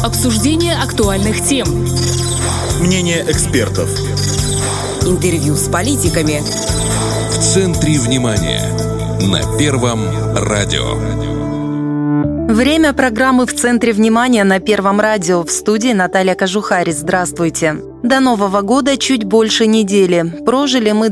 Обсуждение актуальных тем. Мнение экспертов. Интервью с политиками. В центре внимания. На Первом радио. Время программы «В центре внимания» на Первом радио. В студии Наталья Кожухарь. Здравствуйте. До Нового года чуть больше недели. Прожили мы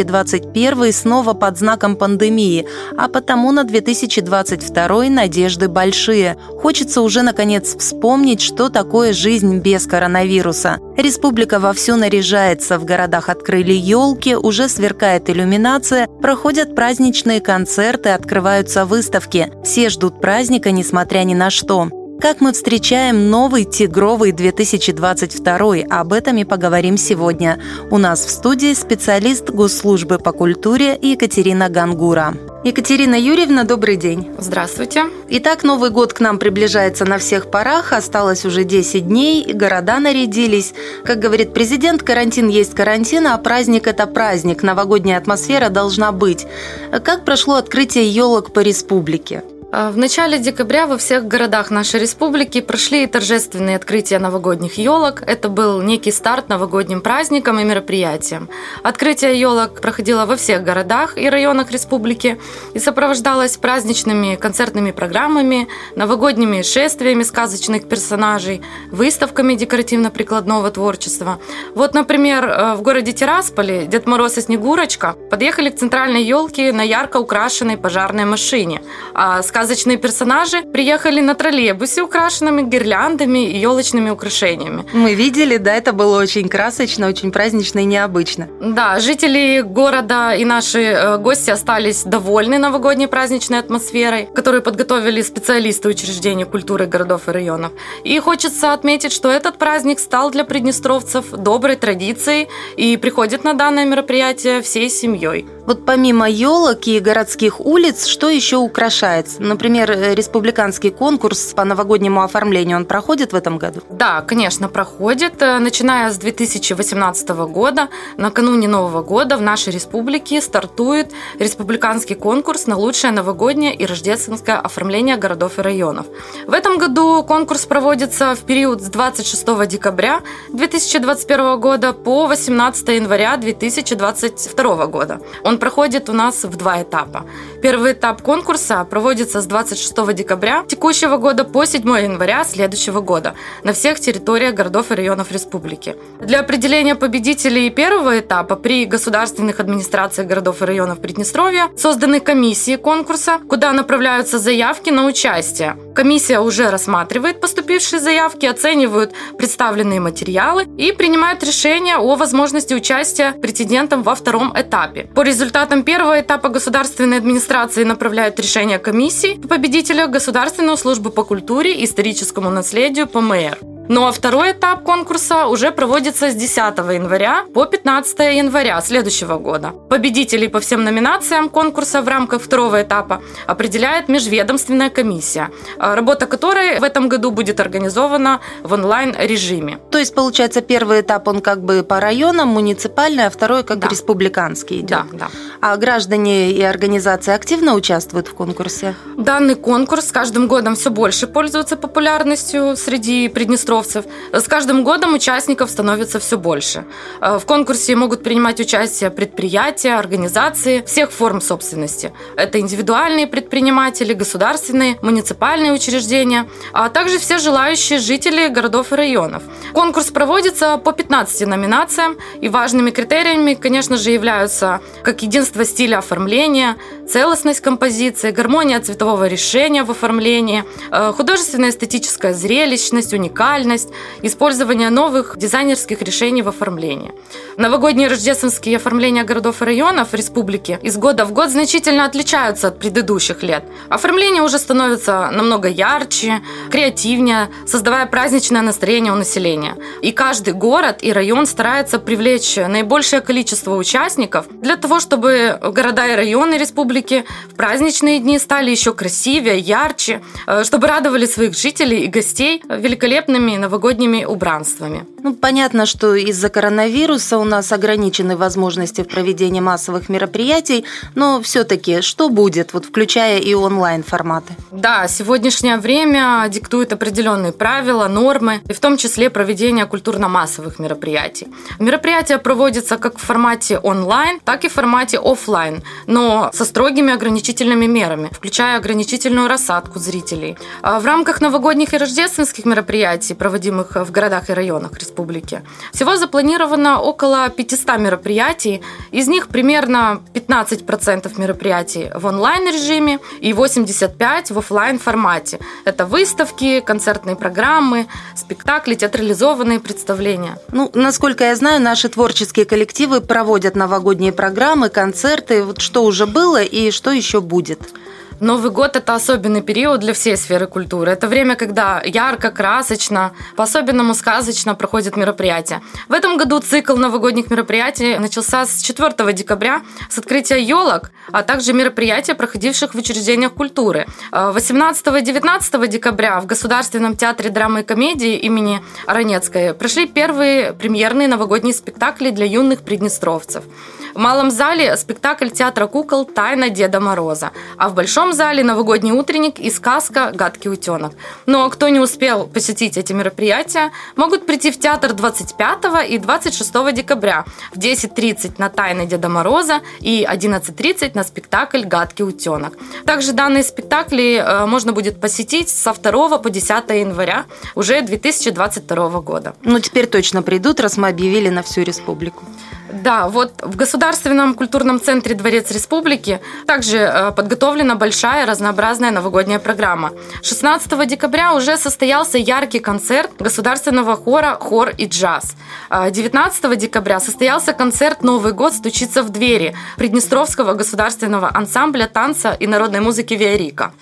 2021 снова под знаком пандемии, а потому на 2022 надежды большие. Хочется уже, наконец, вспомнить, что такое жизнь без коронавируса. Республика вовсю наряжается, в городах открыли елки, уже сверкает иллюминация, проходят праздничные концерты, открываются выставки. Все ждут праздника, несмотря ни на что. Как мы встречаем новый тигровый 2022? Об этом и поговорим сегодня. У нас в студии специалист Госслужбы по культуре Екатерина Гангура. Екатерина Юрьевна, добрый день. Здравствуйте. Итак, Новый год к нам приближается на всех парах. Осталось уже 10 дней, города нарядились. Как говорит президент, карантин есть карантин, а праздник – это праздник. Новогодняя атмосфера должна быть. Как прошло открытие елок по республике? В начале декабря во всех городах нашей республики прошли торжественные открытия новогодних елок. Это был некий старт новогодним праздникам и мероприятиям. Открытие елок проходило во всех городах и районах республики и сопровождалось праздничными концертными программами, новогодними шествиями сказочных персонажей, выставками декоративно-прикладного творчества. Вот, например, в городе Тирасполе Дед Мороз и Снегурочка подъехали к центральной елке на ярко украшенной пожарной машине, а сказочные персонажи приехали на троллейбусе, украшенными гирляндами и елочными украшениями. Мы видели, да, это было очень красочно, очень празднично и необычно. Да, жители города и наши гости остались довольны новогодней праздничной атмосферой, которую подготовили специалисты учреждений культуры городов и районов. И хочется отметить, что этот праздник стал для приднестровцев доброй традицией и приходят на данное мероприятие всей семьей. Вот помимо елок и городских улиц, что еще украшается? Например, республиканский конкурс по новогоднему оформлению, он проходит в этом году? Да, конечно, проходит. Начиная с 2018 года, накануне Нового года в нашей республике стартует республиканский конкурс на лучшее новогоднее и рождественское оформление городов и районов. В этом году конкурс проводится в период с 26 декабря 2021 года по 18 января 2022 года. Он проходит у нас в 2 этапа. Первый этап конкурса проводится с 26 декабря текущего года по 7 января следующего года на всех территориях городов и районов республики. Для определения победителей первого этапа при государственных администрациях городов и районов Приднестровья созданы комиссии конкурса, куда направляются заявки на участие. Комиссия уже рассматривает поступившие заявки, оценивает представленные материалы и принимает решение о возможности участия претендентам во втором этапе. По результатам первого этапа государственной администрации направляют решение комиссии победителя в Государственную службу по культуре и историческому наследию ПМР. Ну а второй этап конкурса уже проводится с 10 января по 15 января следующего года. Победителей по всем номинациям конкурса в рамках второго этапа определяет межведомственная комиссия, работа которой в этом году будет организована в онлайн-режиме. То есть, получается, первый этап, он как бы по районам, муниципальный, а второй как бы республиканский идет. Да. А граждане и организации активно участвуют в конкурсе? Данный конкурс с каждым годом все больше пользуется популярностью среди приднестровцев. С каждым годом участников становится все больше. В конкурсе могут принимать участие предприятия, организации всех форм собственности. Это индивидуальные предприниматели, государственные, муниципальные учреждения, а также все желающие жители городов и районов. Конкурс проводится по 15 номинациям, и важными критериями, конечно же, являются как единство стиля оформления, целостность композиции, гармония цветового решения в оформлении, художественная эстетическая зрелищность, уникальность, использование новых дизайнерских решений в оформлении. Новогодние и рождественские оформления городов и районов республики из года в год значительно отличаются от предыдущих лет. Оформление уже становится намного ярче, креативнее, создавая праздничное настроение у населения. И каждый город и район старается привлечь наибольшее количество участников для того, чтобы города и районы республики в праздничные дни стали еще красивее, ярче, чтобы радовали своих жителей и гостей великолепными всеми новогодними убранствами. Понятно, что из-за коронавируса у нас ограничены возможности в проведении массовых мероприятий, но все-таки что будет, включая и онлайн-форматы? Да, сегодняшнее время диктует определенные правила, нормы, и в том числе проведение культурно-массовых мероприятий. Мероприятия проводятся как в формате онлайн, так и в формате офлайн, но со строгими ограничительными мерами, включая ограничительную рассадку зрителей. В рамках новогодних и рождественских мероприятий, проводимых в городах и районах республики, всего запланировано около 500 мероприятий, из них примерно 15% мероприятий в онлайн-режиме и 85% в офлайн-формате. Это выставки, концертные программы, спектакли, театрализованные представления. Насколько я знаю, наши творческие коллективы проводят новогодние программы, концерты. Что уже было и что еще будет? Новый год – это особенный период для всей сферы культуры. Это время, когда ярко, красочно, по-особенному сказочно проходят мероприятия. В этом году цикл новогодних мероприятий начался с 4 декабря, с открытия елок, а также мероприятий, проходивших в учреждениях культуры. 18 и 19 декабря в Государственном театре драмы и комедии имени Аронецкой прошли первые премьерные новогодние спектакли для юных приднестровцев. В малом зале спектакль театра кукол «Тайна Деда Мороза», а в большом зале новогодний утренник и сказка «Гадкий утенок». Но кто не успел посетить эти мероприятия, могут прийти в театр 25 и 26 декабря в 10:30 на «Тайны Деда Мороза» и 11:30 на спектакль «Гадкий утенок». Также данные спектакли можно будет посетить со 2 по 10 января уже 2022 года. Теперь точно придут, раз мы объявили на всю республику. Да, в Государственном культурном центре «Дворец Республики» также подготовлена большая разнообразная новогодняя программа. 16 декабря уже состоялся яркий концерт государственного хора «Хор и джаз». 19 декабря состоялся концерт «Новый год стучится в двери» Приднестровского государственного ансамбля танца и народной музыки «Виарика».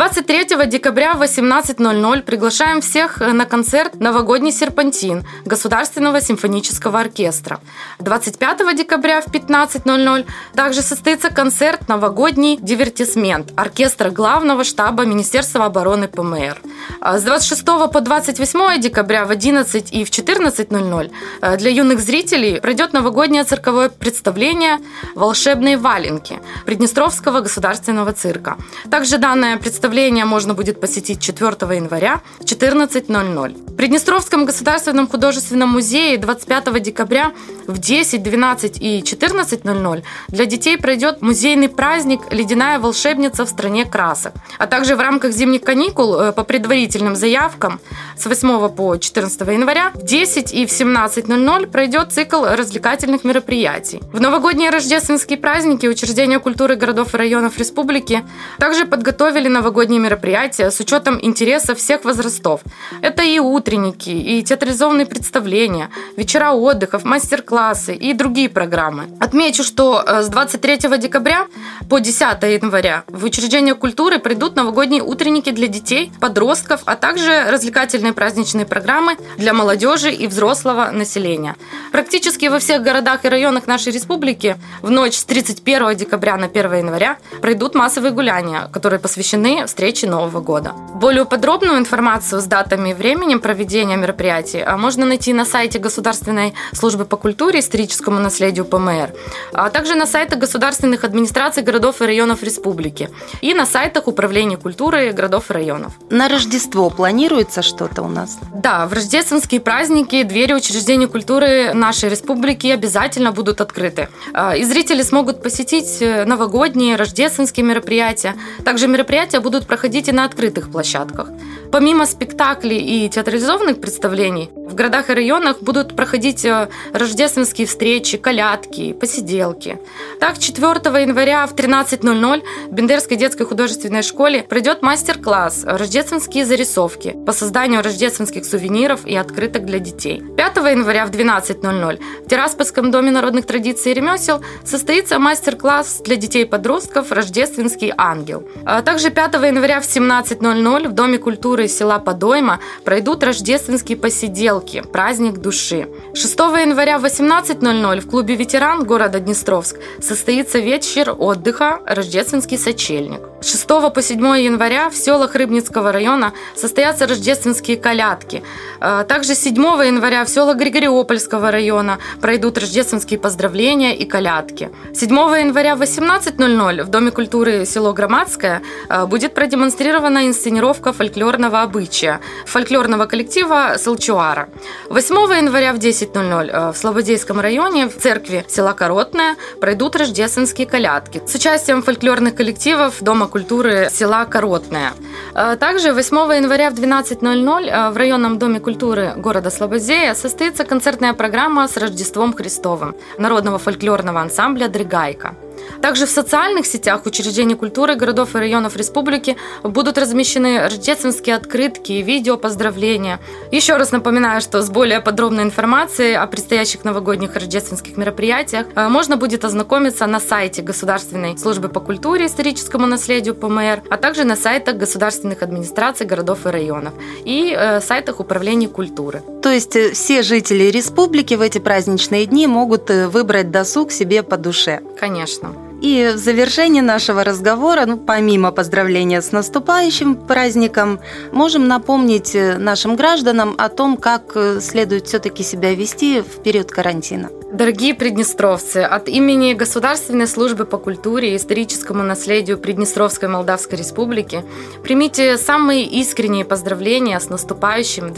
23 декабря в 18:00 приглашаем всех на концерт «Новогодний серпантин» Государственного симфонического оркестра. 25 декабря в 15:00 также состоится концерт «Новогодний дивертисмент» оркестра Главного штаба Министерства обороны ПМР. С 26 по 28 декабря в 11 и в 14:00 для юных зрителей пройдет новогоднее цирковое представление «Волшебные валенки» Приднестровского государственного цирка. Также данное представление можно будет посетить 4 января в 14:00. В Приднестровском государственном художественном музее 25 декабря в 10, 12 и 14:00 для детей пройдет музейный праздник «Ледяная волшебница в стране красок». А также в рамках зимних каникул по предварительным заявкам с 8 по 14 января в 10 и в 17:00 пройдет цикл развлекательных мероприятий. В новогодние рождественские праздники учреждения культуры городов и районов республики также подготовили новогодние мероприятия с учетом интересов всех возрастов. Это и утренники, и театрализованные представления, вечера отдыхов, мастер-классы и другие программы. Отмечу, что с 23 декабря по 10 января в учреждения культуры пройдут новогодние утренники для детей, подростков, а также развлекательные праздничные программы для молодежи и взрослого населения. Практически во всех городах и районах нашей республики в ночь с 31 декабря на 1 января пройдут массовые гуляния, которые посвящены встрече Нового года. Более подробную информацию с датами и временем проведения мероприятий можно найти на сайте Государственной службы по культуре и историческому наследию ПМР, а также на сайтах государственных администраций городов и районов республики и на сайтах управления культуры городов и районов. На Рождество планируется что-то у нас? Да, в рождественские праздники двери учреждений культуры нашей республики обязательно будут открыты. И зрители смогут посетить новогодние, рождественские мероприятия. Также мероприятия будут проходить и на открытых площадках. Помимо спектаклей и театрализованных представлений, в городах и районах будут проходить рождественские встречи, колядки, посиделки. Так, 4 января в 13:00 в Бендерской детской художественной школе пройдет мастер-класс «Рождественские зарисовки» по созданию рождественских сувениров и открыток для детей. 5 января в 12:00 в Тираспольском доме народных традиций и ремесел состоится мастер-класс для детей-подростков «Рождественский ангел». А также 5 января в 17:00 в Доме культуры села Подойма пройдут рождественские посиделки «Праздник души». 6 января в 18:00 в клубе «Ветеран» города Днестровск состоится вечер отдыха «Рождественский сочельник». 6 по 7 января в селах Рыбницкого района состоятся рождественские колядки. Также 7 января в селах Григориопольского района пройдут рождественские поздравления и колядки. 7 января в 18:00 в Доме культуры село Громадское будет продемонстрирована инсценировка фольклорного обычая фольклорного коллектива Салчуара. 8 января в 10:00 в Слободейском районе в церкви села Коротное пройдут рождественские колядки с участием фольклорных коллективов Дома культуры села Коротное. Также 8 января в 12:00 в районном Доме культуры города Слободея состоится концертная программа с Рождеством Христовым народного фольклорного ансамбля «Дрыгайка». Также в социальных сетях учреждений культуры городов и районов республики будут размещены рождественские открытки и видео поздравления. Еще раз напоминаю, что с более подробной информацией о предстоящих новогодних рождественских мероприятиях можно будет ознакомиться на сайте Государственной службы по культуре и историческому наследию ПМР, а также на сайтах государственных администраций городов и районов и сайтах управления культуры. То есть все жители республики в эти праздничные дни могут выбрать досуг себе по душе? Конечно. И в завершении нашего разговора, помимо поздравления с наступающим праздником, можем напомнить нашим гражданам о том, как следует все-таки себя вести в период карантина. Дорогие приднестровцы, от имени Государственной службы по культуре и историческому наследию Приднестровской Молдавской Республики примите самые искренние поздравления с наступающим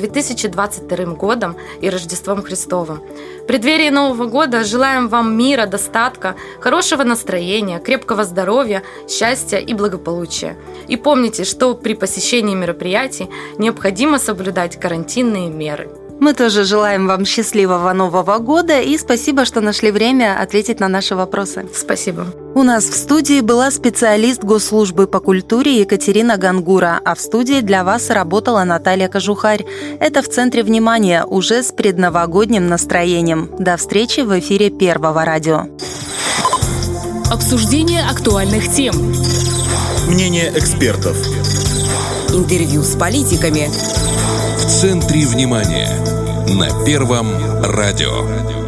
2022 годом и Рождеством Христовым. В преддверии Нового года желаем вам мира, достатка, хорошего настроения, крепкого здоровья, счастья и благополучия. И помните, что при посещении мероприятий необходимо соблюдать карантинные меры. Мы тоже желаем вам счастливого Нового года и спасибо, что нашли время ответить на наши вопросы. Спасибо. У нас в студии была специалист Госслужбы по культуре Екатерина Гангура, а в студии для вас работала Наталья Кожухарь. Это «В центре внимания» уже с предновогодним настроением. До встречи в эфире Первого радио. Обсуждение актуальных тем. Мнение экспертов. Интервью с политиками. В центре внимания на Первом радио.